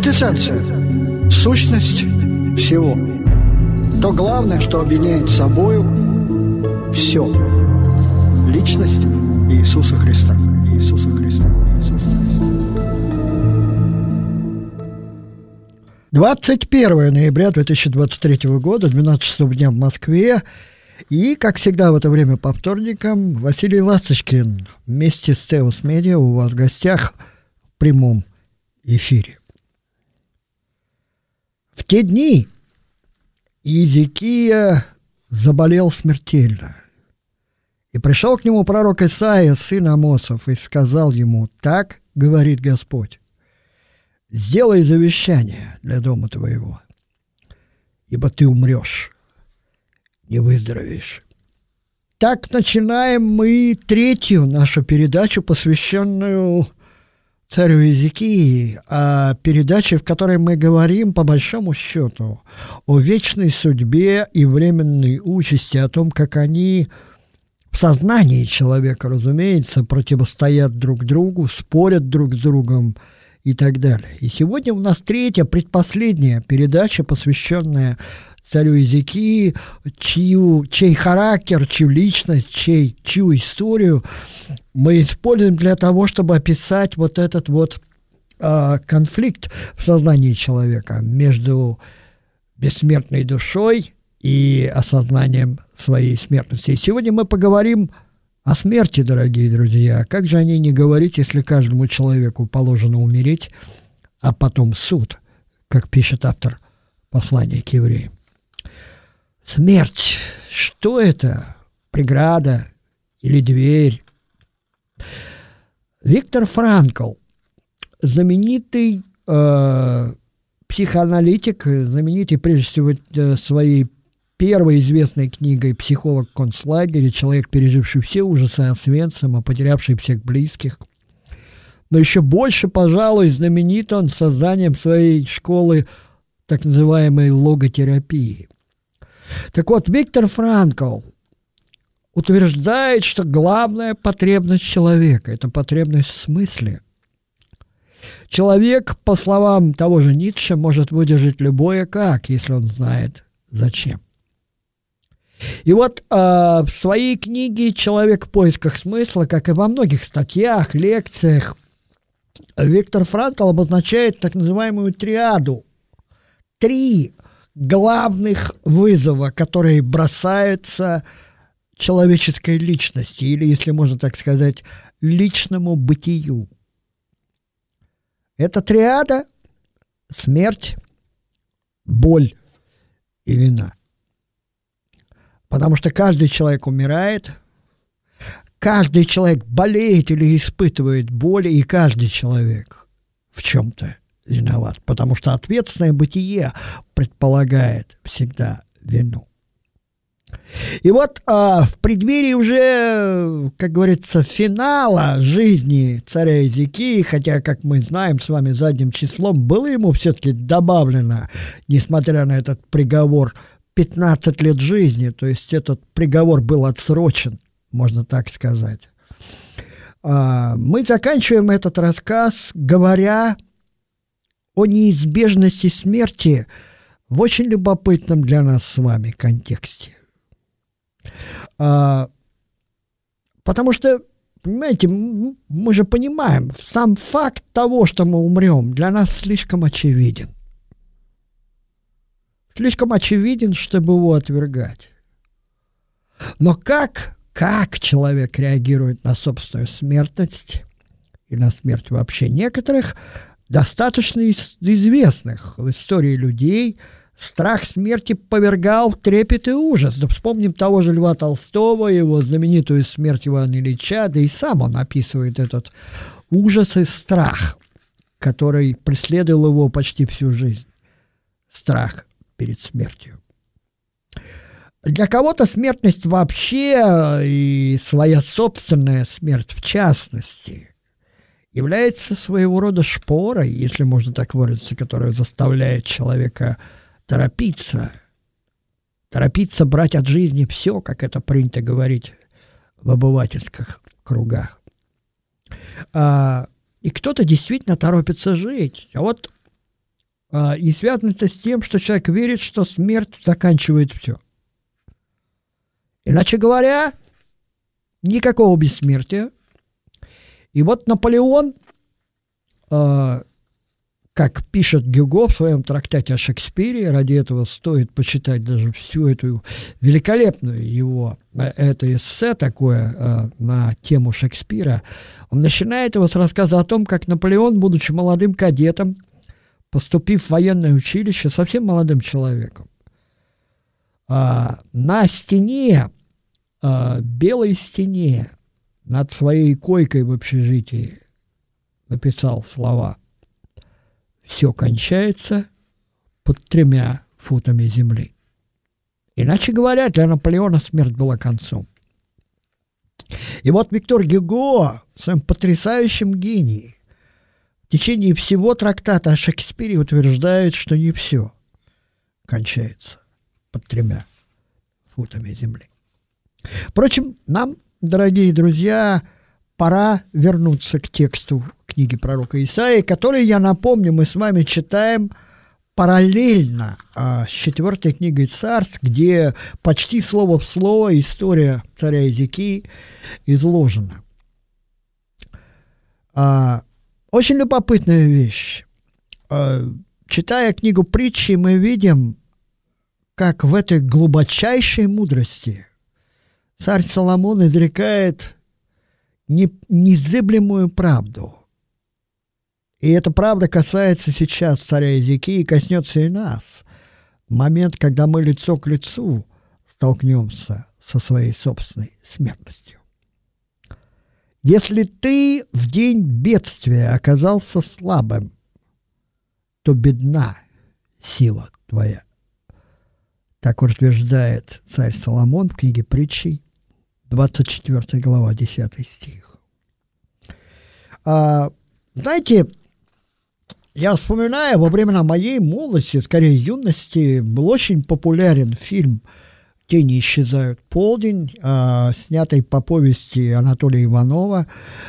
Квинтэссенция, сущность всего. То главное, что объединяет собою все. Личность Иисуса Христа. Иисуса Христа. Иисуса Христа. 21 ноября 2023 года, 12 часов дня в Москве. И, как всегда, в это время по вторникам Василий Ласточкин вместе с Теос Медиа у вас в гостях в прямом эфире. В те дни Иезекия заболел смертельно. И пришел к нему пророк Исаия, сын Амосов, и сказал ему: «Так говорит Господь, сделай завещание для дома твоего, ибо ты умрешь, не выздоровеешь». Так начинаем мы третью нашу передачу, посвященную царю Иезекии, передаче, в которой мы говорим, по большому счету, о вечной судьбе и временной участи, о том, как они в сознании человека, разумеется, противостоят друг другу, спорят друг с другом и так далее. И сегодня у нас третья, предпоследняя передача, посвященная царю Иезекии, чей характер, чью личность, чью историю мы используем для того, чтобы описать вот этот вот конфликт в сознании человека между бессмертной душой и осознанием своей смертности. И сегодня мы поговорим о смерти, дорогие друзья. Как же о ней не говорить, если каждому человеку положено умереть, а потом суд, как пишет автор послания к евреям. Смерть. Что это? Преграда или дверь? Виктор Франкл, знаменитый психоаналитик, знаменитый прежде всего своей первой известной книгой «Психолог в концлагере», человек, переживший все ужасы Освенцима, потерявший всех близких. Но еще больше, пожалуй, знаменит он созданием своей школы так называемой логотерапии. Так вот, Виктор Франкл утверждает, что главная потребность человека – это потребность в смысле. Человек, по словам того же Ницше, может выдержать любое «как», если он знает зачем. И вот в своей книге «Человек в поисках смысла», как и во многих статьях, лекциях, Виктор Франкл обозначает так называемую триаду. 3 главных вызова, которые бросаются человеческой личности, или, если можно так сказать, личному бытию. Это триада: смерть, боль и вина. Потому что каждый человек умирает, каждый человек болеет или испытывает боль, и каждый человек в чем-то виноват, потому что ответственное бытие предполагает всегда вину. И вот в преддверии уже, как говорится, финала жизни царя Иезекии, хотя, как мы знаем с вами задним числом, было ему все-таки добавлено, несмотря на этот приговор, 15 лет жизни, то есть этот приговор был отсрочен, можно так сказать. Мы заканчиваем этот рассказ, говоря о неизбежности смерти в очень любопытном для нас с вами контексте. Потому что, понимаете, мы же понимаем, сам факт того, что мы умрем, для нас слишком очевиден. Слишком очевиден, чтобы его отвергать. Но как человек реагирует на собственную смертность и на смерть вообще некоторых достаточно известных в истории людей, страх смерти повергал в трепет и ужас. Да вспомним того же Льва Толстого, его знаменитую «Смерть Ивана Ильича», да и сам он описывает этот ужас и страх, который преследовал его почти всю жизнь. Страх перед смертью. Для кого-то смертность вообще и своя собственная смерть в частности является своего рода шпорой, если можно так выразиться, которая заставляет человека торопиться брать от жизни все, как это принято говорить в обывательских кругах. И кто-то действительно торопится жить. А вот И связано это с тем, что человек верит, что смерть заканчивает все. Иначе говоря, никакого бессмертия. И вот Наполеон, как пишет Гюго в своем трактате о Шекспире, ради этого стоит почитать даже всю эту великолепную его, это эссе такое на тему Шекспира, он начинает его с рассказа о том, как Наполеон, будучи молодым кадетом, поступив в военное училище, совсем молодым человеком, на стене, белой стене над своей койкой в общежитии написал слова: «Все кончается под 3 футами земли». Иначе говоря, для Наполеона смерть была концом. И вот Виктор Гюго в своем потрясающем гении в течение всего трактата о Шекспире утверждает, что не все кончается под 3 футами земли. Впрочем, нам, дорогие друзья, пора вернуться к тексту книги пророка Исаии, который, я напомню, мы с вами читаем параллельно с 4 книгой Царств, где почти слово в слово история царя Иезекии изложена. Очень любопытная вещь. Читая книгу притчи, мы видим, как в этой глубочайшей мудрости царь Соломон изрекает незыблемую правду. И эта правда касается сейчас царя Иезекии и коснется и нас. В момент, когда мы лицо к лицу столкнемся со своей собственной смертностью. Если ты в день бедствия оказался слабым, то бедна сила твоя. Так утверждает царь Соломон в книге притчей, 24 глава, 10 стих. Знаете, я вспоминаю, во времена моей молодости, скорее юности, был очень популярен фильм «Тени исчезают полдень», снятый по повести Анатолия Иванова.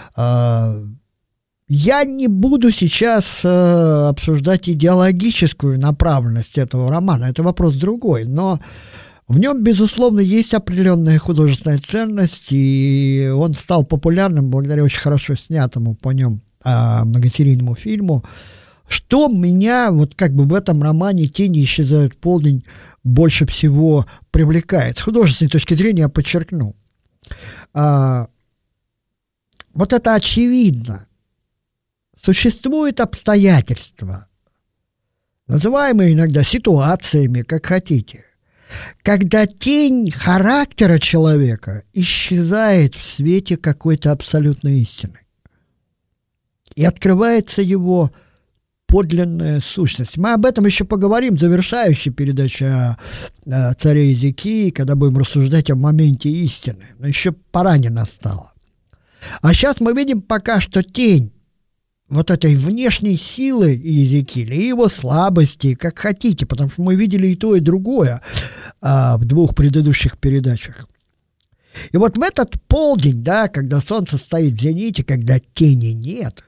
Я не буду сейчас обсуждать идеологическую направленность этого романа, это вопрос другой, но в нем, безусловно, есть определенная художественная ценность, и он стал популярным благодаря очень хорошо снятому по нем многосерийному фильму. Что меня вот как бы в этом романе «Тени исчезают полдень» больше всего привлекает? С художественной точки зрения я подчеркну. Вот это очевидно. Существуют обстоятельства, называемые иногда ситуациями, как хотите, когда тень характера человека исчезает в свете какой-то абсолютной истины. И открывается его подлинная сущность. Мы об этом еще поговорим в завершающей передаче о царе Иезекии, когда будем рассуждать о моменте истины. Но еще пора не настала. А сейчас мы видим пока что тень вот этой внешней силы Иезекии, или его слабости, как хотите, потому что мы видели и то, и другое в 2 предыдущих передачах. И вот в этот полдень, да, когда солнце стоит в зените, когда тени нет,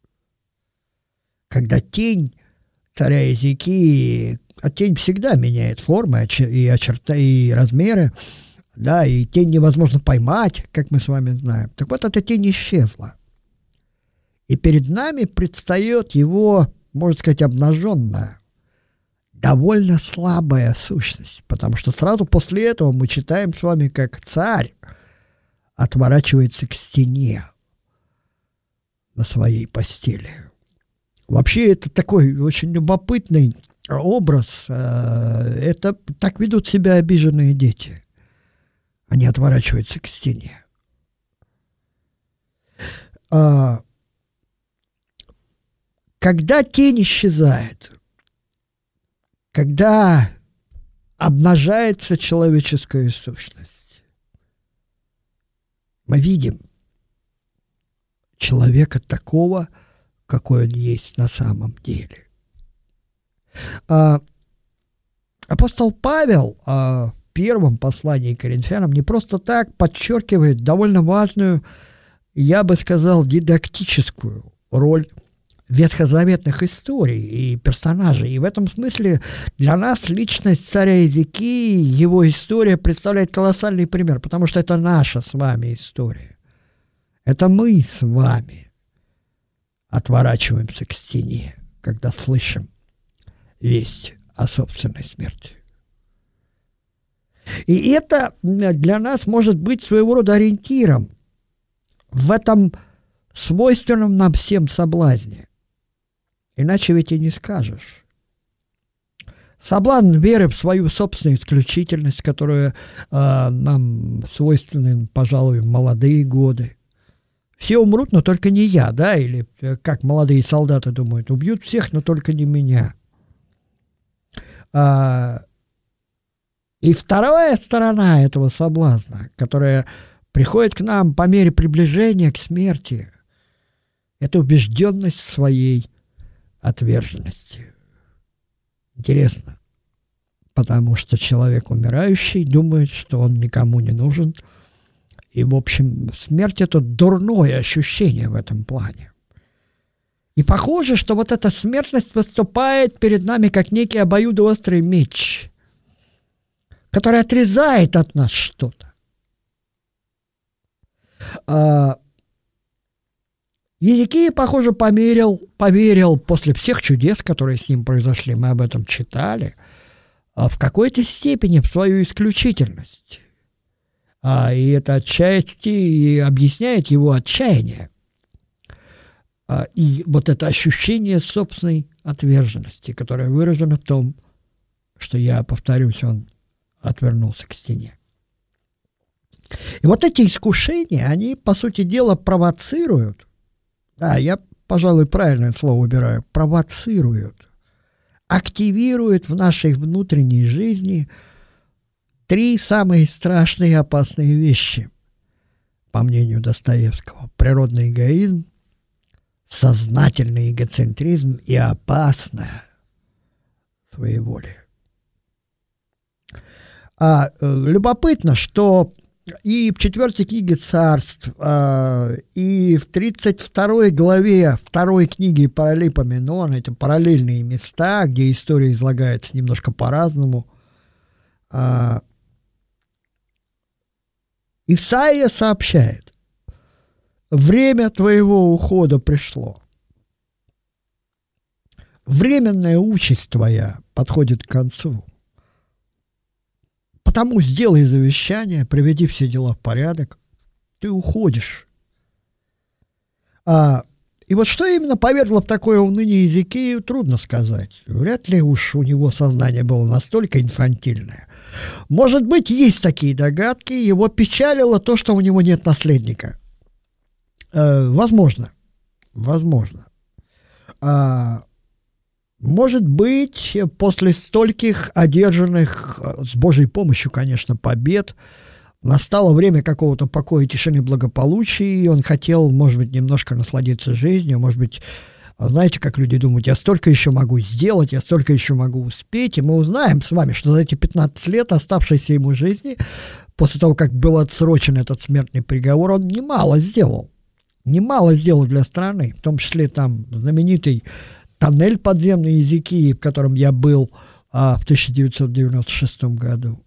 когда тень царя Иезекии, а тень всегда меняет формы и очерта, и размеры, да, и тень невозможно поймать, как мы с вами знаем. Так вот, эта тень исчезла. И перед нами предстает его, можно сказать, обнаженная, довольно слабая сущность, потому что сразу после этого мы читаем с вами, как царь отворачивается к стене на своей постели. Вообще это такой очень любопытный образ. Это так ведут себя обиженные дети. Они отворачиваются к стене. Когда тень исчезает, когда обнажается человеческая сущность, мы видим человека такого, какой он есть на самом деле. Апостол Павел в первом послании к Коринфянам не просто так подчеркивает довольно важную, я бы сказал, дидактическую роль ветхозаветных историй и персонажей. И в этом смысле для нас личность царя Иезекии, его история представляет колоссальный пример, потому что это наша с вами история. Это мы с вами отворачиваемся к стене, когда слышим весть о собственной смерти. И это для нас может быть своего рода ориентиром в этом свойственном нам всем соблазне. Иначе ведь и не скажешь. Соблазн веры в свою собственную исключительность, которая нам свойственна, пожалуй, в молодые годы. Все умрут, но только не я, да? Или как молодые солдаты думают, убьют всех, но только не меня. И вторая сторона этого соблазна, которая приходит к нам по мере приближения к смерти, это убежденность в своей отверженности. Интересно, потому что человек умирающий думает, что он никому не нужен. И, в общем, смерть – это дурное ощущение в этом плане. И похоже, что вот эта смертность выступает перед нами как некий обоюдоострый меч, который отрезает от нас что-то. Иезекия, похоже, поверил после всех чудес, которые с ним произошли, мы об этом читали, в какой-то степени в свою исключительность. И это отчасти объясняет его отчаяние. И вот это ощущение собственной отверженности, которое выражено в том, что я, повторюсь, он отвернулся к стене. И вот эти искушения, они, по сути дела, провоцируют, я, пожалуй, правильное слово убираю, провоцируют, активируют в нашей внутренней жизни 3 самые страшные и опасные вещи, по мнению Достоевского: природный эгоизм, сознательный эгоцентризм и опасное своеволие. Любопытно, что и в 4 книге Царств, и в 32 главе 2 книги Паралипоменон, это параллельные места, где история излагается немножко по-разному, Исаия сообщает: время твоего ухода пришло. Временная участь твоя подходит к концу. Потому сделай завещание, приведи все дела в порядок, ты уходишь. И вот что именно повергло в такое уныние Иезекию, трудно сказать. Вряд ли уж у него сознание было настолько инфантильное. Может быть, есть такие догадки, его печалило то, что у него нет наследника. Возможно. Может быть, после стольких одержанных, с Божьей помощью, конечно, побед, настало время какого-то покоя, тишины, благополучия, и он хотел, может быть, немножко насладиться жизнью, может быть, знаете, как люди думают, я столько еще могу сделать, я столько еще могу успеть, и мы узнаем с вами, что за эти 15 лет, оставшейся ему жизни, после того, как был отсрочен этот смертный приговор, он немало сделал для страны, в том числе там знаменитый тоннель подземный Иезекии, в котором я был в 1996 году.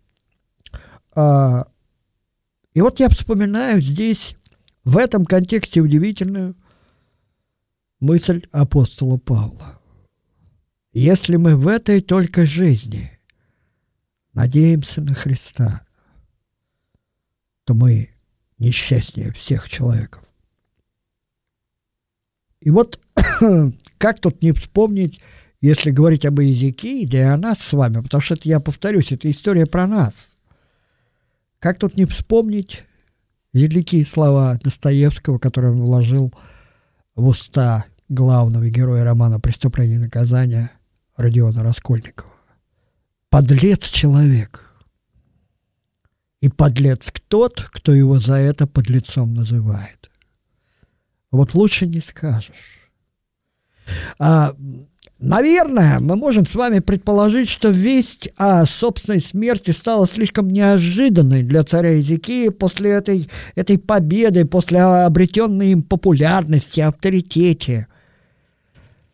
И вот я вспоминаю здесь, в этом контексте, удивительную мысль апостола Павла. Если мы в этой только жизни надеемся на Христа, то мы несчастнее всех человеков. И вот как тут не вспомнить, если говорить об Иезекии, да и о нас с вами, потому что это, я повторюсь, это история про нас. Как тут не вспомнить великие слова Достоевского, которые он вложил в уста главного героя романа «Преступление и наказание» Родиона Раскольникова. Подлец человек. И подлец тот, кто его за это подлецом называет. Вот лучше не скажешь. Наверное, мы можем с вами предположить, что весть о собственной смерти стала слишком неожиданной для царя Иезекии после этой победы, после обретенной им популярности, авторитете.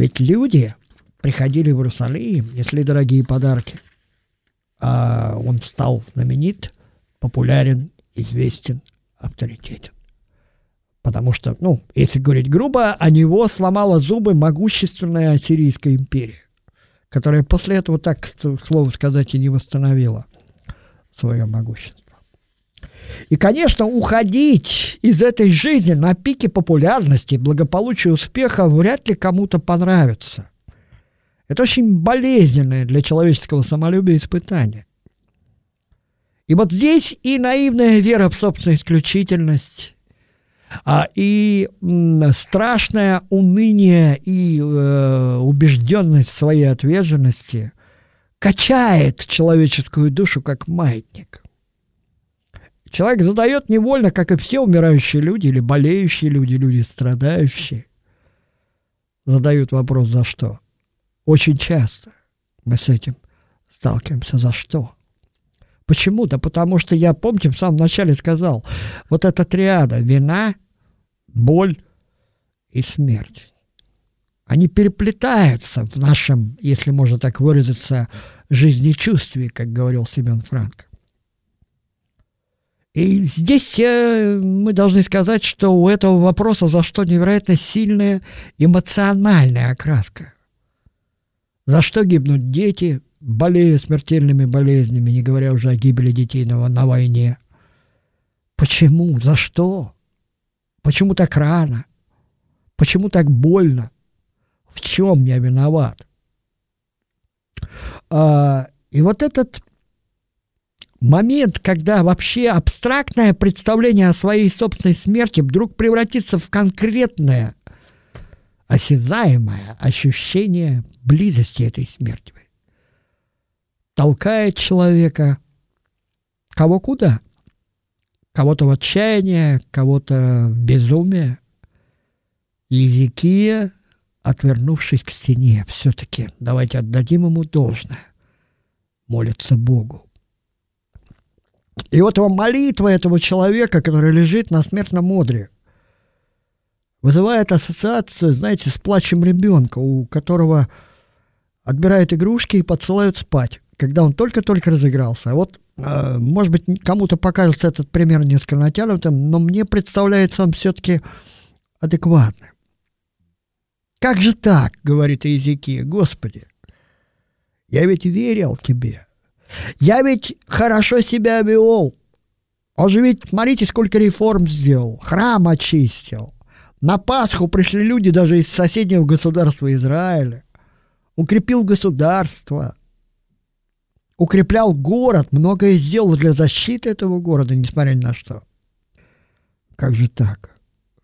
Ведь люди приходили в Иерусалим, несли дорогие подарки, а он стал знаменит, популярен, известен, авторитетен. Потому что, если говорить грубо, о него сломала зубы могущественная Ассирийская империя, которая после этого, так, к слову сказать, и не восстановила свое могущество. И, конечно, уходить из этой жизни на пике популярности, благополучия, успеха вряд ли кому-то понравится. Это очень болезненное для человеческого самолюбия испытание. И вот здесь и наивная вера в собственную исключительность, и страшное уныние и убежденность в своей отверженности качает человеческую душу как маятник. Человек задает невольно, как и все умирающие люди или болеющие люди, люди страдающие, задают вопрос «за что?». Очень часто мы с этим сталкиваемся. За что? Почему? Да потому что я, помните, в самом начале сказал, вот эта триада – вина, боль и смерть. Они переплетаются в нашем, если можно так выразиться, жизнечувстве, как говорил Семен Франко. И здесь мы должны сказать, что у этого вопроса «за что?» невероятно сильная эмоциональная окраска. За что гибнут дети, болея смертельными болезнями, не говоря уже о гибели детей на войне? Почему? За что? Почему так рано? Почему так больно? В чем я виноват? И вот этот момент, когда вообще абстрактное представление о своей собственной смерти вдруг превратится в конкретное, осязаемое ощущение близости этой смерти, толкает человека кого куда? Кого-то в отчаяние, кого-то в безумие. Иезекия, отвернувшись к стене, все-таки давайте отдадим ему должное, молится Богу. И вот его молитва этого человека, который лежит на смертном одре, вызывает ассоциацию, знаете, с плачем ребенка, у которого отбирают игрушки и подсылают спать, когда он только-только разыгрался. А вот, может быть, кому-то покажется этот пример несколько натянутым, но мне представляется он все-таки адекватным. «Как же так?» — говорит Иезекия. «Господи, я ведь верил тебе. Я ведь хорошо себя вел. Он же ведь, смотрите, сколько реформ сделал, храм очистил. На Пасху пришли люди даже из соседнего государства Израиля. Укрепил государство, укреплял город, многое сделал для защиты этого города, несмотря ни на что. Как же так?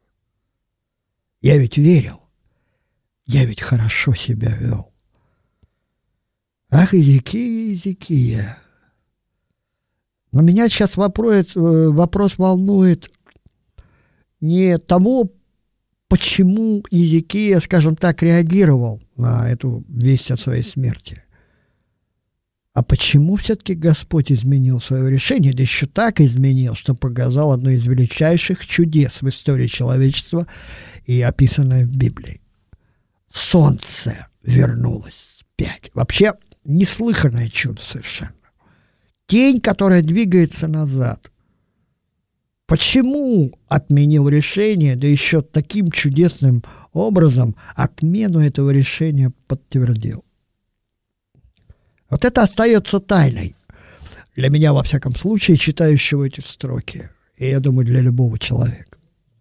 Я ведь верил, я ведь хорошо себя вел. Ах, Иезекия. Но меня сейчас вопрос волнует не того, почему Иезекия, скажем так, реагировал на эту весть о своей смерти, а почему все-таки Господь изменил свое решение, да еще так изменил, что показал одно из величайших чудес в истории человечества и описанное в Библии. Солнце вернулось вспять. Вообще неслыханное чудо совершенно. Тень, которая двигается назад. Почему отменил решение, да еще таким чудесным образом отмену этого решения подтвердил? Вот это остается тайной. Для меня, во всяком случае, читающего эти строки. И, я думаю, для любого человека.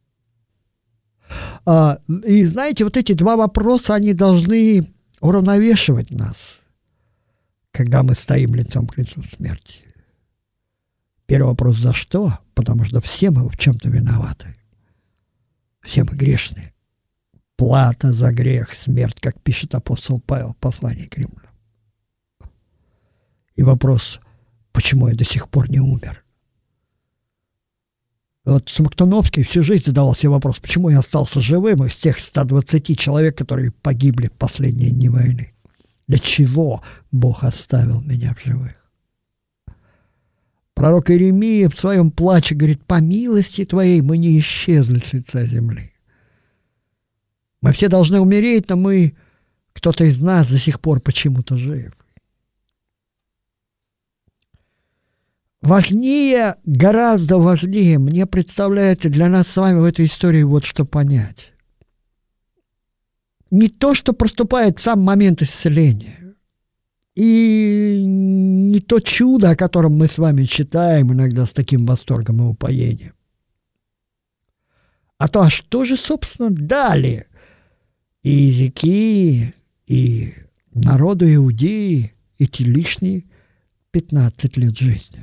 И знаете, вот эти два вопроса, они должны уравновешивать нас, когда мы стоим лицом к лицу смерти. Первый вопрос: за что? Потому что все мы в чем-то виноваты. Все мы грешные. Плата за грех, смерть, как пишет апостол Павел в послании к Римлянам. И вопрос: почему я до сих пор не умер? Вот Смоктуновский всю жизнь задавал себе вопрос, почему я остался живым из тех 120 человек, которые погибли в последние дни войны. Для чего Бог оставил меня в живых? Пророк Иеремия в своем плаче говорит: по милости Твоей мы не исчезли с лица земли. Мы все должны умереть, но мы кто-то из нас до сих пор почему-то жив. Важнее, гораздо важнее, мне представляется для нас с вами в этой истории вот что понять. Не то, что проступает сам момент исцеления, и не то чудо, о котором мы с вами читаем иногда с таким восторгом и упоением, а то, а что же, собственно, дали и языки, и народу Иудеи эти лишние 15 лет жизни.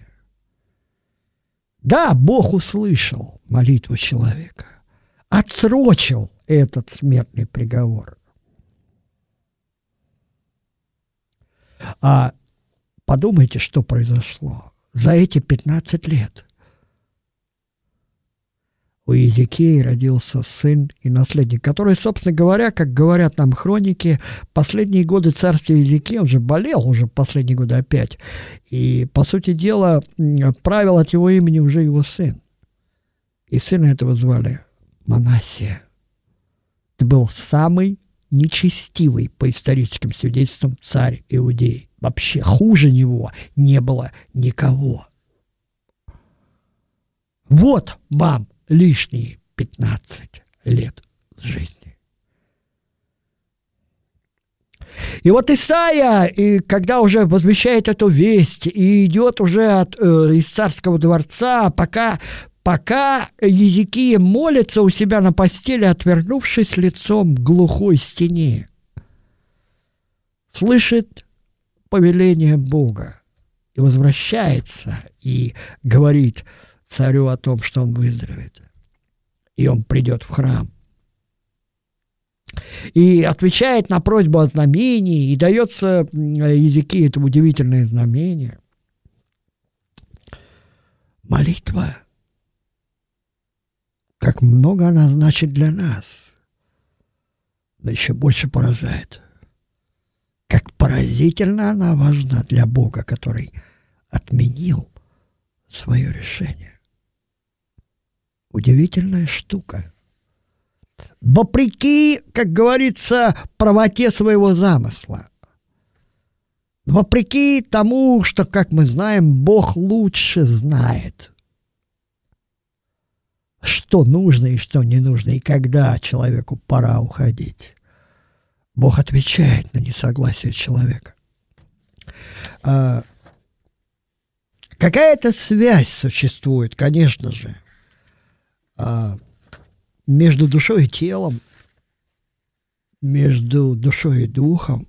Да, Бог услышал молитву человека, отсрочил этот смертный приговор. А подумайте, что произошло за эти 15 лет. У Иезекии родился сын и наследник, который, собственно говоря, как говорят нам хроники, последние годы царствия Иезекии, он же болел уже последние годы опять, и, по сути дела, правил от его имени уже его сын. И сына этого звали Манассия. Это был самый нечестивый, по историческим свидетельствам, царь Иудеи. Вообще хуже него не было никого. Вот вам лишние 15 лет жизни. И вот Исаия, и когда уже возвещает эту весть, и идет уже из царского дворца, пока Иезекия молится у себя на постели, отвернувшись лицом к глухой стене, слышит повеление Бога и возвращается, и говорит царю о том, что он выздоровеет, и он придет в храм. И отвечает на просьбу о знамении, и дается Иезекии это удивительное знамение. Молитва, как много она значит для нас, но еще больше поражает. Как поразительно она важна для Бога, который отменил свое решение. Удивительная штука. Вопреки, как говорится, правоте своего замысла. Вопреки тому, что, как мы знаем, Бог лучше знает, что нужно и что не нужно, и когда человеку пора уходить. Бог отвечает на несогласие человека. Какая-то связь существует, конечно же, между душой и телом, между душой и духом.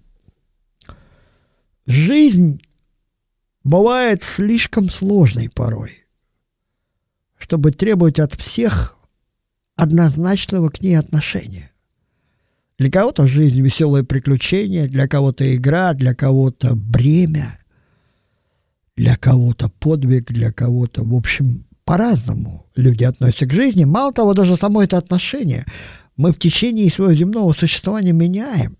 Жизнь бывает слишком сложной порой, чтобы требовать от всех однозначного к ней отношения. Для кого-то жизнь — веселое приключение, для кого-то игра, для кого-то бремя, для кого-то подвиг, для кого-то, в общем, по-разному люди относятся к жизни. Мало того, даже само это отношение мы в течение своего земного существования меняем.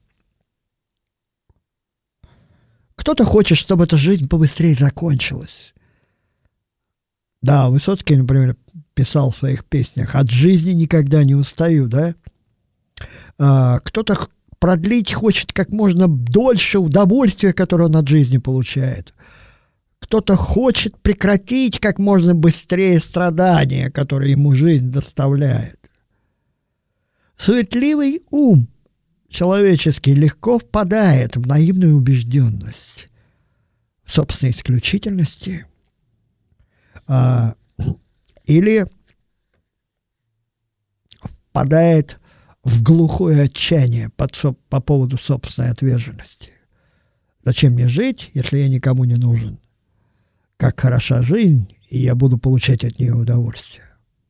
Кто-то хочет, чтобы эта жизнь побыстрее закончилась. Да, Высоцкий, например, писал в своих песнях: «От жизни никогда не устаю», да? Кто-то продлить хочет как можно дольше удовольствие, которое он от жизни получает. Кто-то хочет прекратить как можно быстрее страдания, которые ему жизнь доставляет. Суетливый ум человеческий легко впадает в наивную убежденность в собственной исключительности или впадает в глухое отчаяние по поводу собственной отверженности. Зачем мне жить, если я никому не нужен? Как хороша жизнь, и я буду получать от нее удовольствие.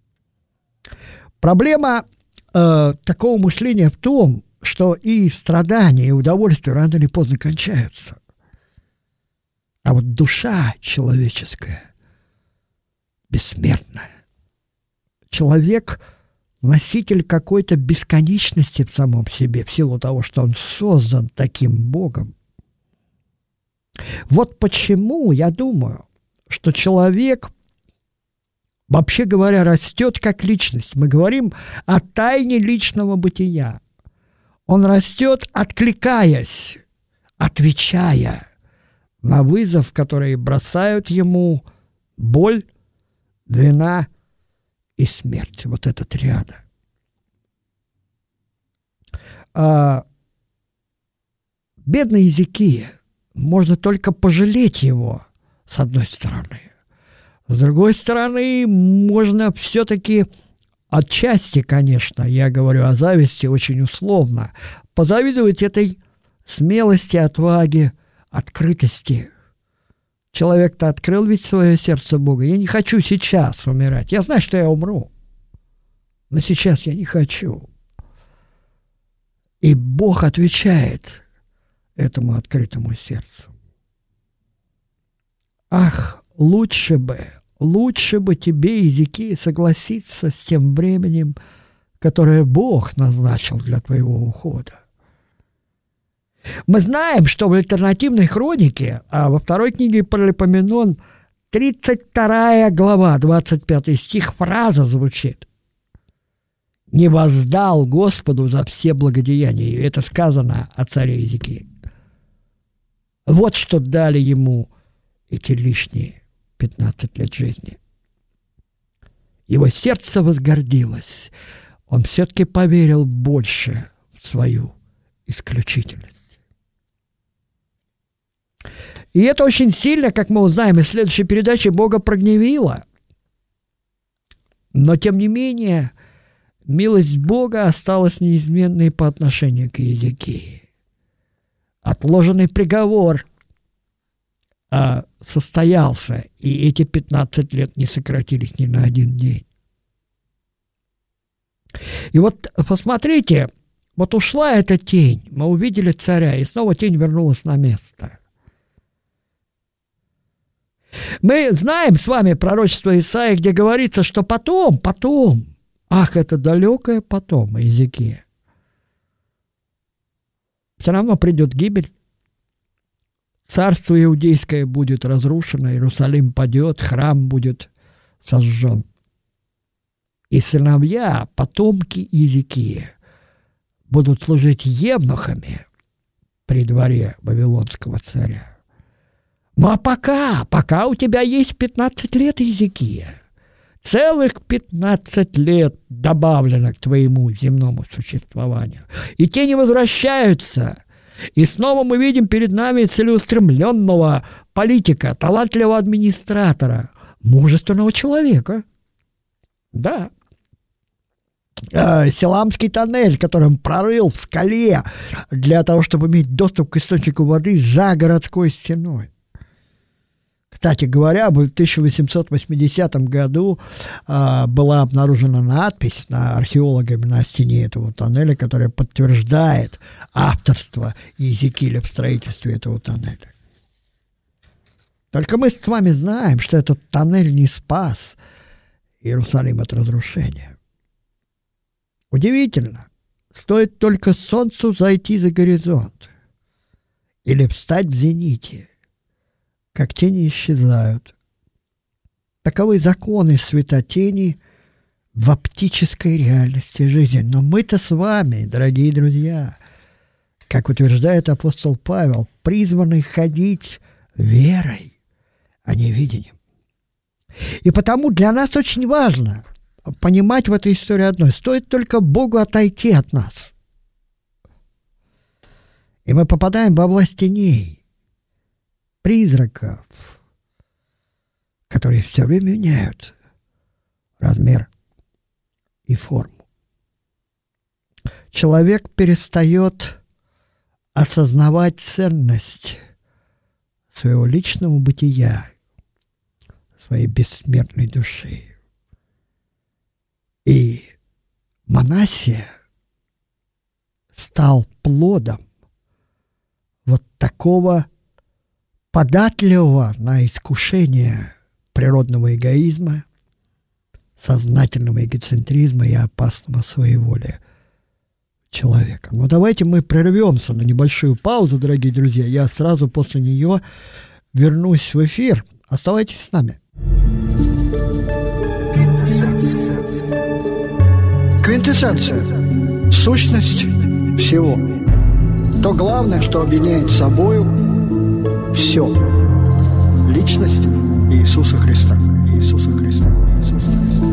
Проблема такого мышления в том, что и страдания, и удовольствие рано или поздно кончаются. А вот душа человеческая бессмертная. Человек — носитель какой-то бесконечности в самом себе, в силу того, что он создан таким Богом. Вот почему, я думаю, что человек, вообще говоря, растет как личность. Мы говорим о тайне личного бытия. Он растет, откликаясь, отвечая на вызов, который бросают ему боль, вина и смерть. Вот эта триада. Бедный Иезекия, можно только пожалеть его, с одной стороны. С другой стороны, можно все-таки отчасти, конечно, я говорю о зависти очень условно, позавидовать этой смелости, отваге, открытости. Человек-то открыл ведь свое сердце Богу. Я не хочу сейчас умирать. Я знаю, что я умру. Но сейчас я не хочу. И Бог отвечает этому открытому сердцу. Ах, лучше бы тебе, Иезекия, согласиться с тем временем, которое Бог назначил для твоего ухода. Мы знаем, что в альтернативной хронике, а во второй книге Паралипоменон, 32 глава, 25 стих, фраза звучит: «Не воздал Господу за все благодеяния». И это сказано о царе Иезекии. Вот что дали ему эти лишние 15 лет жизни. Его сердце возгордилось. Он все-таки поверил больше в свою исключительность. И это очень сильно, как мы узнаем из следующей передачи, Бога прогневило. Но, тем не менее, милость Бога осталась неизменной по отношению к Иезекии. Отложенный приговор состоялся, и эти 15 лет не сократились ни на один день. И вот посмотрите, вот ушла эта тень, мы увидели царя, и снова тень вернулась на место. Мы знаем с вами пророчество Исаии, где говорится, что потом, ах, это далекое потом, Иезекия, все равно придет гибель, царство иудейское будет разрушено, Иерусалим падет, храм будет сожжен. И сыновья, потомки Иезекии, будут служить евнухами при дворе вавилонского царя. Ну а пока у тебя есть 15 лет, Иезекия, целых 15 лет добавлено к твоему земному существованию. И те не возвращаются. И снова мы видим перед нами целеустремленного политика, талантливого администратора, мужественного человека. Да. Силамский тоннель, который он прорыл в скале для того, чтобы иметь доступ к источнику воды за городской стеной. Кстати говоря, в 1880 году была обнаружена надпись археологами на стене этого тоннеля, которая подтверждает авторство Иезекииля в строительстве этого тоннеля. Только мы с вами знаем, что этот тоннель не спас Иерусалим от разрушения. Удивительно, стоит только солнцу зайти за горизонт или встать в зените, как тени исчезают. Таковы законы светотени в оптической реальности жизни. Но мы-то с вами, дорогие друзья, как утверждает апостол Павел, призваны ходить верой, а не видением. И потому для нас очень важно понимать в этой истории одно: стоит только Богу отойти от нас, и мы попадаем во власть теней, призраков, которые все время меняют размер и форму. Человек перестает осознавать ценность своего личного бытия, своей бессмертной души. И Манассия стал плодом вот такого податливого на искушение природного эгоизма, сознательного эгоцентризма и опасного своеволия человека. Но давайте мы прервемся на небольшую паузу, дорогие друзья. Я сразу после нее вернусь в эфир. Оставайтесь с нами. Квинтэссенция. Сущность всего. То главное, что объединяет собою все. Личность Иисуса Христа. Иисуса Христа. Иисуса Христа.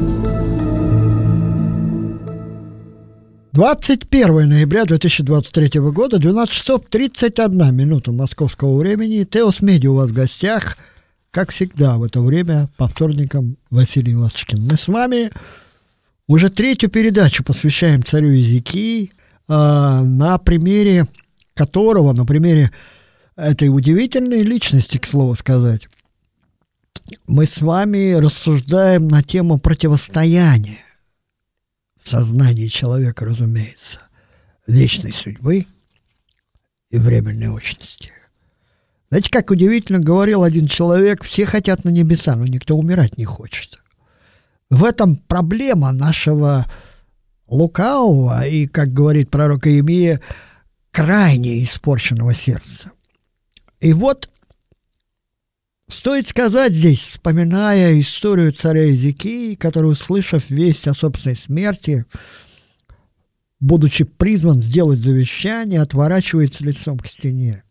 21 ноября 2023 года, 12 часов 31 минута московского времени. Теос Медиа у вас в гостях. Как всегда в это время, по вторникам, Василий Ласточкин. Мы с вами уже третью передачу посвящаем царю Иезекии, на примере которого, на примере этой удивительной личности, к слову сказать, мы с вами рассуждаем на тему противостояния в сознании человека, разумеется, вечной судьбы и временной очности. Знаете, как удивительно говорил один человек: все хотят на небеса, но никто умирать не хочет. В этом проблема нашего лукавого и, как говорит пророк Иеремия, крайне испорченного сердца. И вот стоит сказать здесь, вспоминая историю царя Иезекии, который, услышав весть о собственной смерти, будучи призван сделать завещание, отворачивается лицом к стене.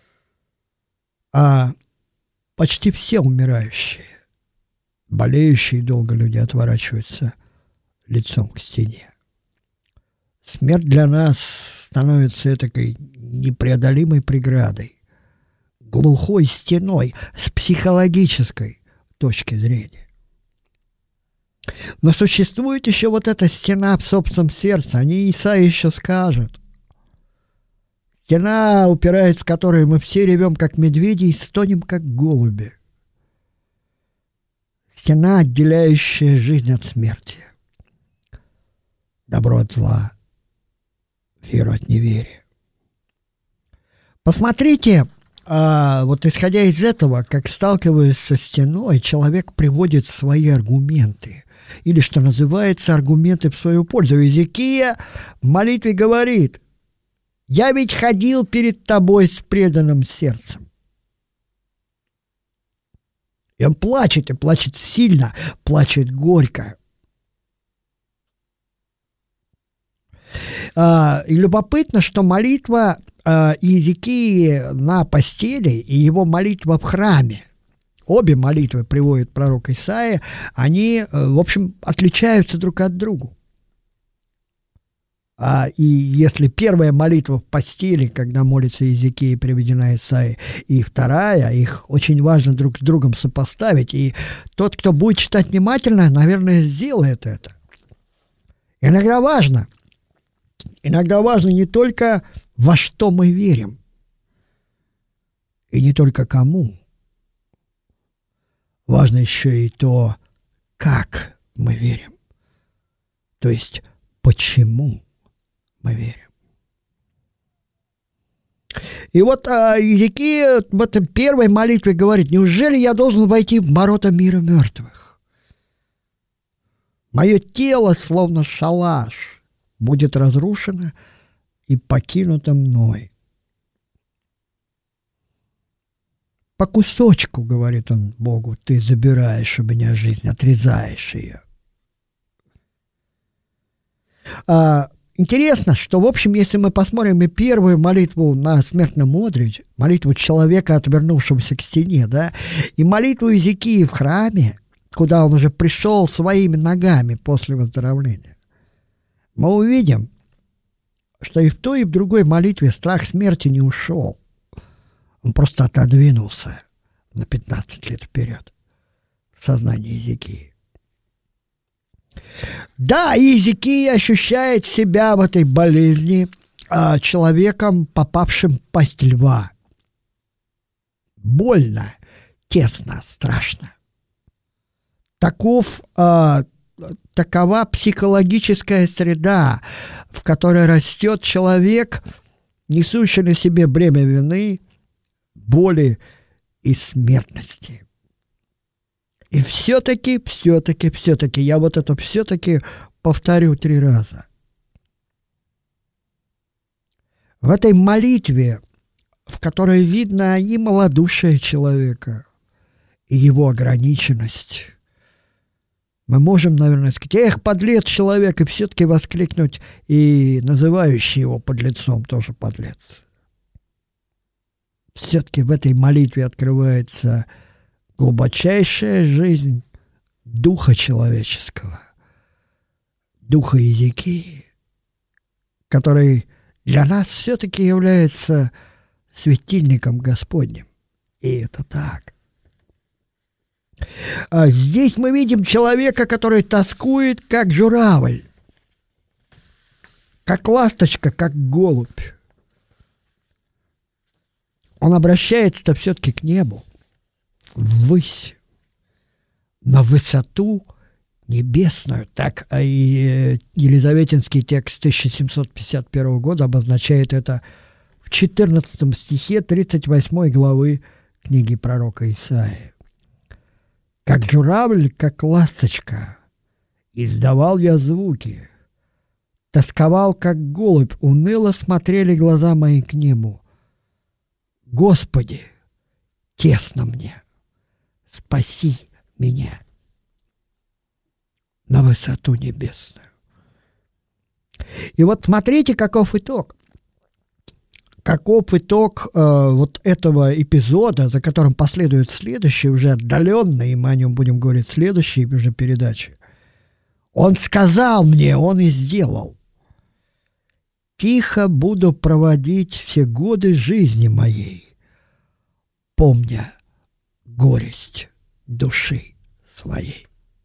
А почти все умирающие, болеющие долго люди отворачиваются лицом к стене. Смерть для нас становится такой непреодолимой преградой, глухой стеной с психологической точки зрения. Но существует еще вот эта стена в собственном сердце. О ней Исаия еще скажет. Стена, упираясь в которую мы все ревем, как медведи, и стонем, как голуби. Стена, отделяющая жизнь от смерти. Добро от зла, веру от неверия. Посмотрите, вот исходя из этого, как сталкиваясь со стеной, человек приводит свои аргументы. Или, что называется, аргументы в свою пользу. Иезекия в молитве говорит: «Я ведь ходил перед тобой с преданным сердцем». И он плачет, и плачет сильно, плачет горько. И любопытно, что молитва Иезекии на постели и его молитва в храме, обе молитвы приводит пророк Исаия, они, в общем, отличаются друг от друга. И если первая молитва в постели, когда молится Иезекия, приведена Исаия, и вторая, их очень важно друг с другом сопоставить, и тот, кто будет читать внимательно, наверное, сделает это. Иногда важно не только во что мы верим, и не только кому. Важно еще и то, как мы верим, то есть почему мы верим. И вот Иезекия в этой первой молитве говорит: неужели я должен войти в ворота мира мертвых? Мое тело, словно шалаш, будет разрушено и покинуто мной. По кусочку, говорит он Богу, ты забираешь у меня жизнь, отрезаешь ее. Интересно, что, в общем, если мы посмотрим и первую молитву на смертном одре, молитву человека, отвернувшегося к стене, да, и молитву Иезекии в храме, куда он уже пришел своими ногами после выздоровления, мы увидим, что и в той, и в другой молитве страх смерти не ушел. Он просто отодвинулся на 15 лет вперед в сознании Иезекии. Да, Иезекия ощущает себя в этой болезни человеком, попавшим в пасть льва. Больно, тесно, страшно. Такова психологическая среда, в которой растет человек, несущий на себе бремя вины, боли и смертности. И все-таки, я вот это все-таки повторю 3 раза. В этой молитве, в которой видно и малодушие человека, и его ограниченность, Мы можем, наверное, сказать: эх, подлец человек, и все-таки воскликнуть, и называющий его подлецом тоже подлец. Все-таки в этой молитве открывается глубочайшая жизнь духа человеческого, духа Иезекии, который для нас все-таки является светильником Господним. И это так. А здесь мы видим человека, который тоскует, как журавль, как ласточка, как голубь. Он обращается-то все-таки к небу, ввысь, на высоту небесную. Так и Елизаветинский текст 1751 года обозначает это в 14 стихе 38 главы книги пророка Исаии. «Как журавль, как ласточка, издавал я звуки, тосковал, как голубь, уныло смотрели глаза мои к небу. Господи, тесно мне, спаси меня на высоту небесную». И вот смотрите, каков итог. Каков итог вот этого эпизода, за которым последует следующий, уже отдаленный, и мы о нем будем говорить в следующей уже передаче. Он сказал мне, он и сделал: тихо буду проводить все годы жизни моей, помня горесть души своей.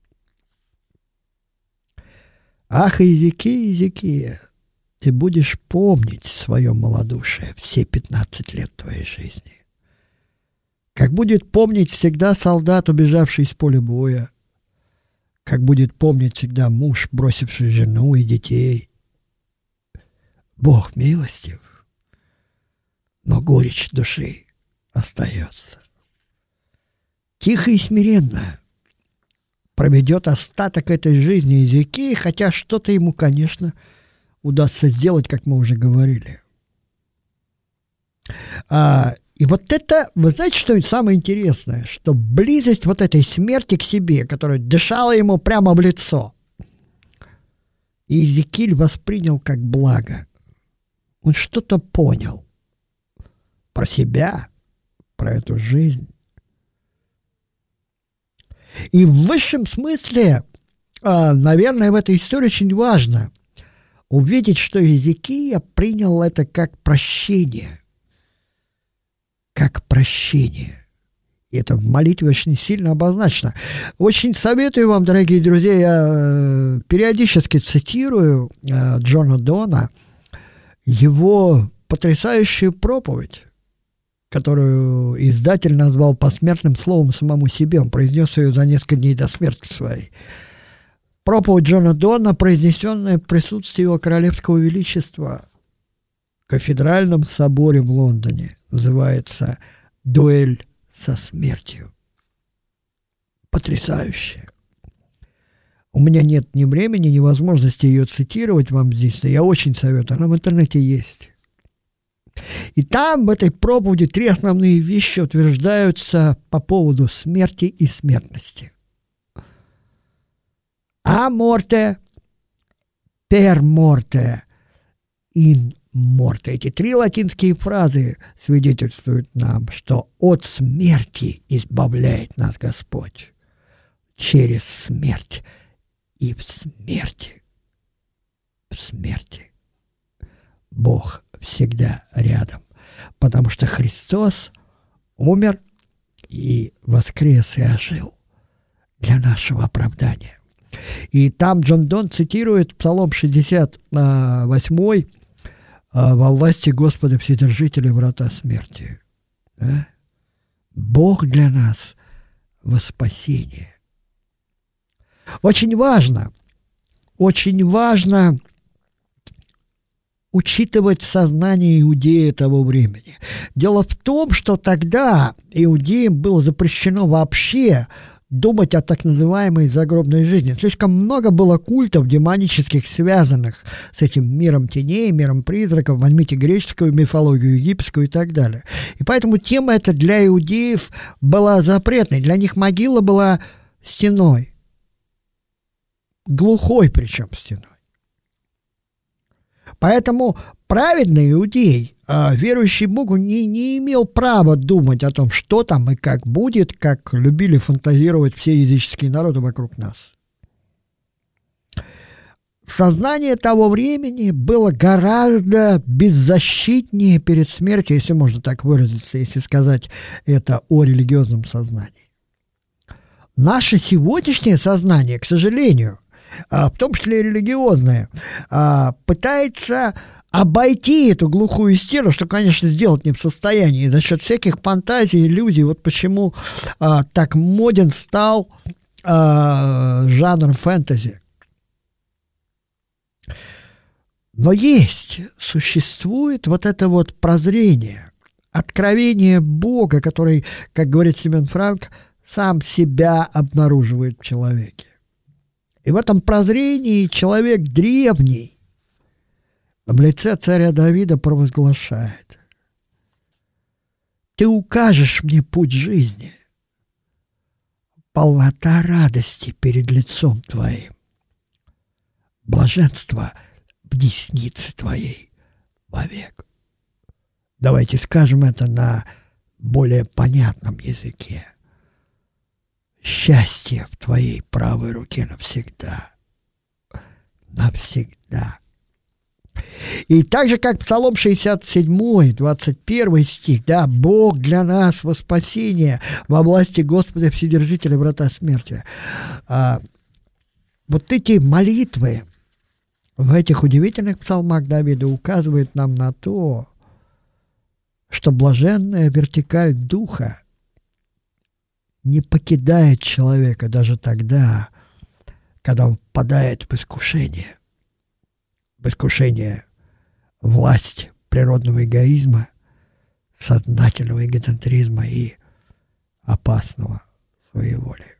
Ах, Иезекия, Иезекия, ты будешь помнить свое малодушие все 15 лет твоей жизни. Как будет помнить всегда солдат, убежавший с поля боя, как будет помнить всегда муж, бросивший жену и детей. Бог милостив, но горечь души остается. Тихо и смиренно проведет остаток этой жизни Иезекии, хотя что-то ему, конечно, удастся сделать, как мы уже говорили. И вот это, вы знаете, что самое интересное? Что близость вот этой смерти к себе, которая дышала ему прямо в лицо, Иезекииль воспринял как благо. Он что-то понял про себя, про эту жизнь. И в высшем смысле, наверное, в этой истории очень важно увидеть, что Иезекия принял это как прощение. Как прощение. И это в молитве очень сильно обозначено. Очень советую вам, дорогие друзья, я периодически цитирую Джона Дона, его потрясающую проповедь, которую издатель назвал посмертным словом самому себе. Он произнес ее за несколько дней до смерти своей. Проповедь Джона Дона, произнесенная в присутствии его королевского величества в кафедральном соборе в Лондоне, называется «Дуэль со смертью». Потрясающе. У меня нет ни времени, ни возможности ее цитировать вам здесь, но я очень советую, она в интернете есть. И там в этой проповеди 3 основные вещи утверждаются по поводу смерти и смертности. А morte, per morte, in morte. Эти 3 латинские фразы свидетельствуют нам, что от смерти избавляет нас Господь через смерть и в смерти. В смерти. Бог всегда рядом, потому что Христос умер и воскрес и ожил для нашего оправдания. И там Джон Дон цитирует Псалом 68 «Во власти Господа Вседержителя врата смерти». Да? Бог для нас во спасение. Очень важно учитывать сознание иудея того времени. Дело в том, что тогда иудеям было запрещено вообще думать о так называемой загробной жизни. Слишком много было культов демонических, связанных с этим миром теней, миром призраков, возьмите греческую мифологию, египетскую и так далее. И поэтому тема эта для иудеев была запретной. Для них могила была стеной. глухой причем стеной. Поэтому праведный иудей, верующий Богу, не имел права думать о том, что там и как будет, как любили фантазировать все языческие народы вокруг нас. Сознание того времени было гораздо беззащитнее перед смертью, если можно так выразиться, если сказать это о религиозном сознании. Наше сегодняшнее сознание, к сожалению, в том числе и религиозное, пытается обойти эту глухую стену, что, конечно, сделать не в состоянии, за счет всяких фантазий, иллюзий. Вот почему так моден стал жанр фэнтези. Но существует вот это вот прозрение, откровение Бога, который, как говорит Семен Франк, сам себя обнаруживает в человеке. И в этом прозрении человек древний в лице царя Давида провозглашает: «Ты укажешь мне путь жизни, полнота радости перед лицом Твоим, блаженство в деснице Твоей вовек». Давайте скажем это на более понятном языке. Счастье в Твоей правой руке навсегда. Навсегда. И так же, как Псалом 67, 21 стих, да, «Бог для нас во спасение, во власти Господа Вседержителя, врата смерти». Вот эти молитвы в этих удивительных псалмах Давида указывают нам на то, что блаженная вертикаль духа не покидает человека даже тогда, когда он впадает в искушение власти природного эгоизма, сознательного эгоцентризма и опасного своеволия.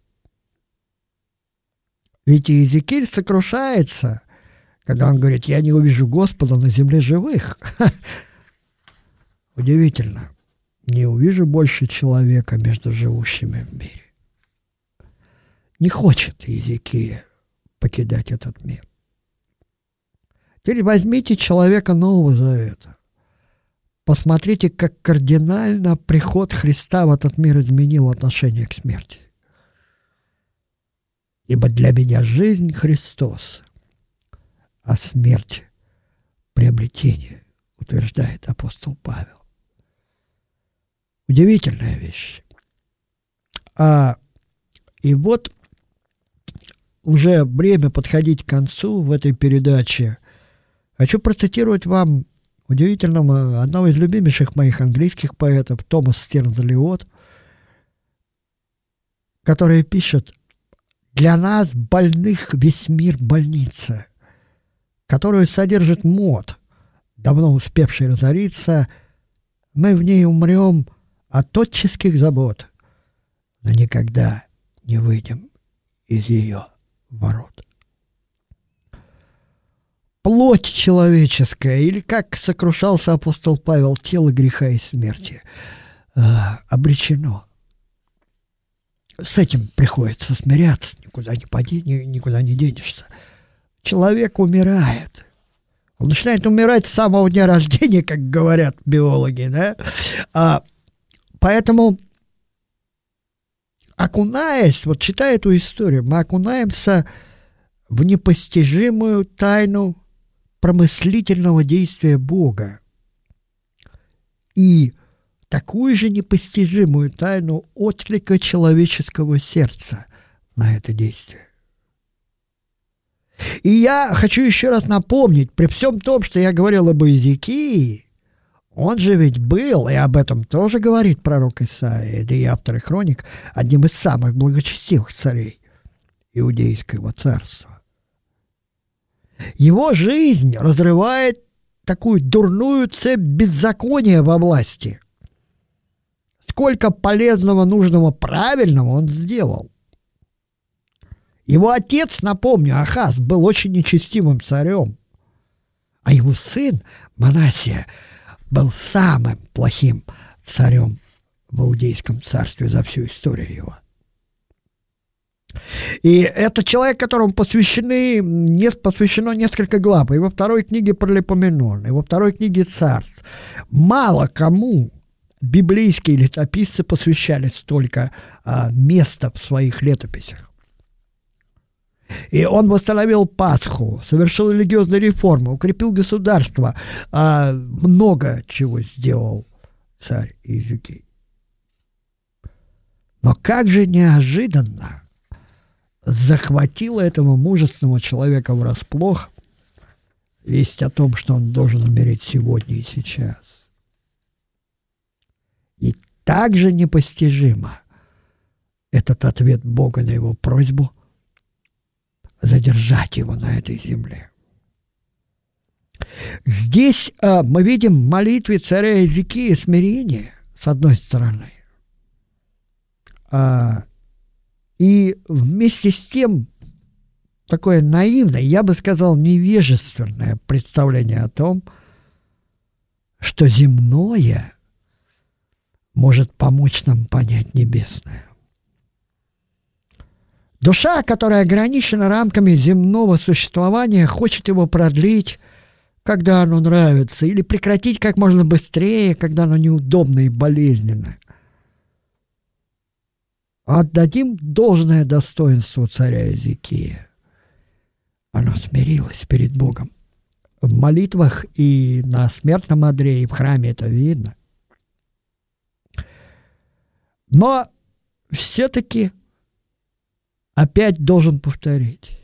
Ведь Иезекииль сокрушается, когда он говорит: «Я не увижу Господа на земле живых». Удивительно. Не увижу больше человека между живущими в мире. Не хочет Иезекииль покидать этот мир. Теперь возьмите человека Нового Завета. Посмотрите, как кардинально приход Христа в этот мир изменил отношение к смерти. «Ибо для меня жизнь Христос, а смерть приобретение», утверждает апостол Павел. Удивительная вещь. И вот уже время подходить к концу в этой передаче. Хочу процитировать вам удивительного, одного из любимейших моих английских поэтов, Томас Стернс Элиот, который пишет: «Для нас, больных, весь мир больница, которую содержит мод, давно успевший разориться. Мы в ней умрем от отческих забот, но никогда не выйдем из ее ворот». Плоть человеческая, или, как сокрушался апостол Павел, тело греха и смерти, обречено. С этим приходится смиряться, никуда не денешься. Человек умирает. Он начинает умирать с самого дня рождения, как говорят биологи, да? Поэтому, окунаясь, вот читая эту историю, мы окунаемся в непостижимую тайну промыслительного действия Бога и такую же непостижимую тайну отклика человеческого сердца на это действие. И я хочу еще раз напомнить, при всем том, что я говорил об Иезекииле, он же ведь был, и об этом тоже говорит пророк Исаия, да и авторы хроник, одним из самых благочестивых царей Иудейского царства. Его жизнь разрывает такую дурную цепь беззакония во власти. Сколько полезного, нужного, правильного он сделал. Его отец, напомню, Ахаз, был очень нечестивым царем, а его сын Манассия был самым плохим царем в Иудейском царстве за всю историю его. И это человек, которому посвящено несколько глав. И во второй книге Паралипоменон, и во второй книге Царств. Мало кому библейские летописцы посвящали столько места в своих летописях. И он восстановил Пасху, совершил религиозные реформы, укрепил государство. Много чего сделал царь Иезекий. Но как же неожиданно захватило этого мужественного человека врасплох весть о том, что он должен умереть сегодня и сейчас. И так же непостижимо этот ответ Бога на его просьбу задержать его на этой земле. Здесь мы видим в молитве царя Иезекия смирение, с одной стороны, и вместе с тем такое наивное, я бы сказал, невежественное представление о том, что земное может помочь нам понять небесное. Душа, которая ограничена рамками земного существования, хочет его продлить, когда оно нравится, или прекратить как можно быстрее, когда оно неудобно и болезненно. Отдадим должное достоинству царя Иезекия. Оно смирилось перед Богом. В молитвах и на смертном одре, и в храме это видно. Но все-таки опять должен повторить.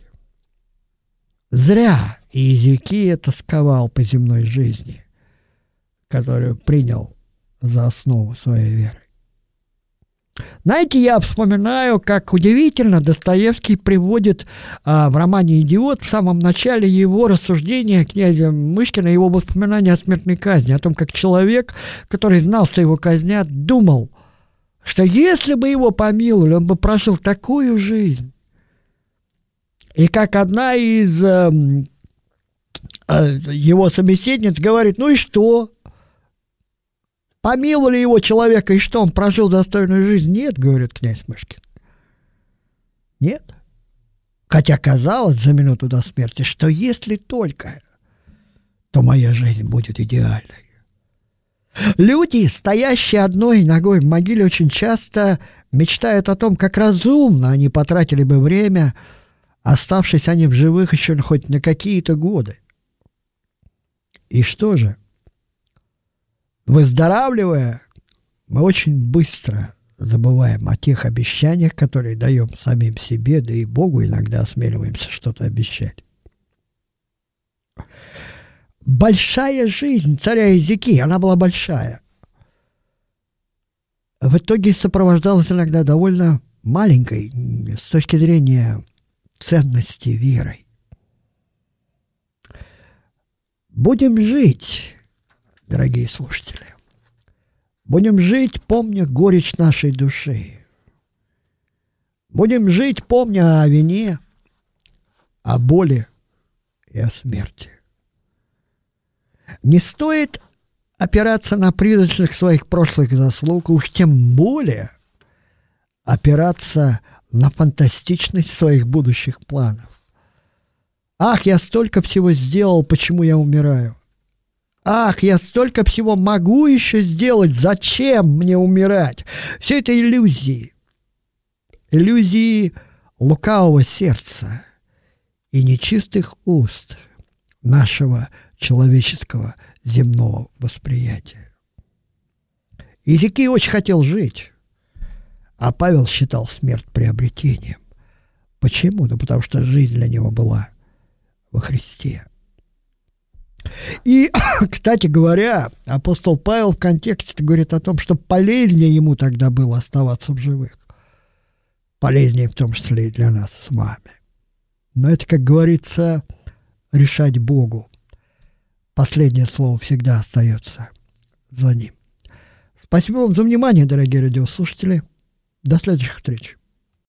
Зря Иезекия тосковал по земной жизни, которую принял за основу своей веры. Знаете, я вспоминаю, как удивительно Достоевский приводит в романе «Идиот» в самом начале его рассуждения князя Мышкина, его воспоминания о смертной казни, о том, как человек, который знал, что его казнят, думал, что если бы его помиловали, он бы прожил такую жизнь. И как одна из его собеседниц говорит: ну и что? Помиловали его человека, и что, он прожил достойную жизнь? Нет, говорит князь Мышкин. Нет. Хотя казалось за минуту до смерти, что если только, то моя жизнь будет идеальной. Люди, стоящие одной ногой в могиле, очень часто мечтают о том, как разумно они потратили бы время, оставшись они в живых еще хоть на какие-то годы. И что же? Выздоравливая, мы очень быстро забываем о тех обещаниях, которые даем самим себе, да и Богу иногда осмеливаемся что-то обещать. Большая жизнь царя Иезекия, она была большая. В итоге сопровождалась иногда довольно маленькой с точки зрения ценности верой. Будем жить, дорогие слушатели. Будем жить, помня горечь нашей души. Будем жить, помня о вине, о боли и о смерти. Не стоит опираться на призрачных своих прошлых заслуг, уж тем более опираться на фантастичность своих будущих планов. Ах, я столько всего сделал, почему я умираю? Ах, я столько всего могу еще сделать, зачем мне умирать? Все это иллюзии. Иллюзии лукавого сердца и нечистых уст нашего человеческого земного восприятия. Иезекий очень хотел жить, а Павел считал смерть приобретением. Почему? Да потому что жизнь для него была во Христе. И, кстати говоря, апостол Павел в контексте говорит о том, что полезнее ему тогда было оставаться в живых. Полезнее в том числе и для нас с вами. Но это, как говорится, решать Богу. Последнее слово всегда остается за ним. Спасибо вам за внимание, дорогие радиослушатели. До следующих встреч.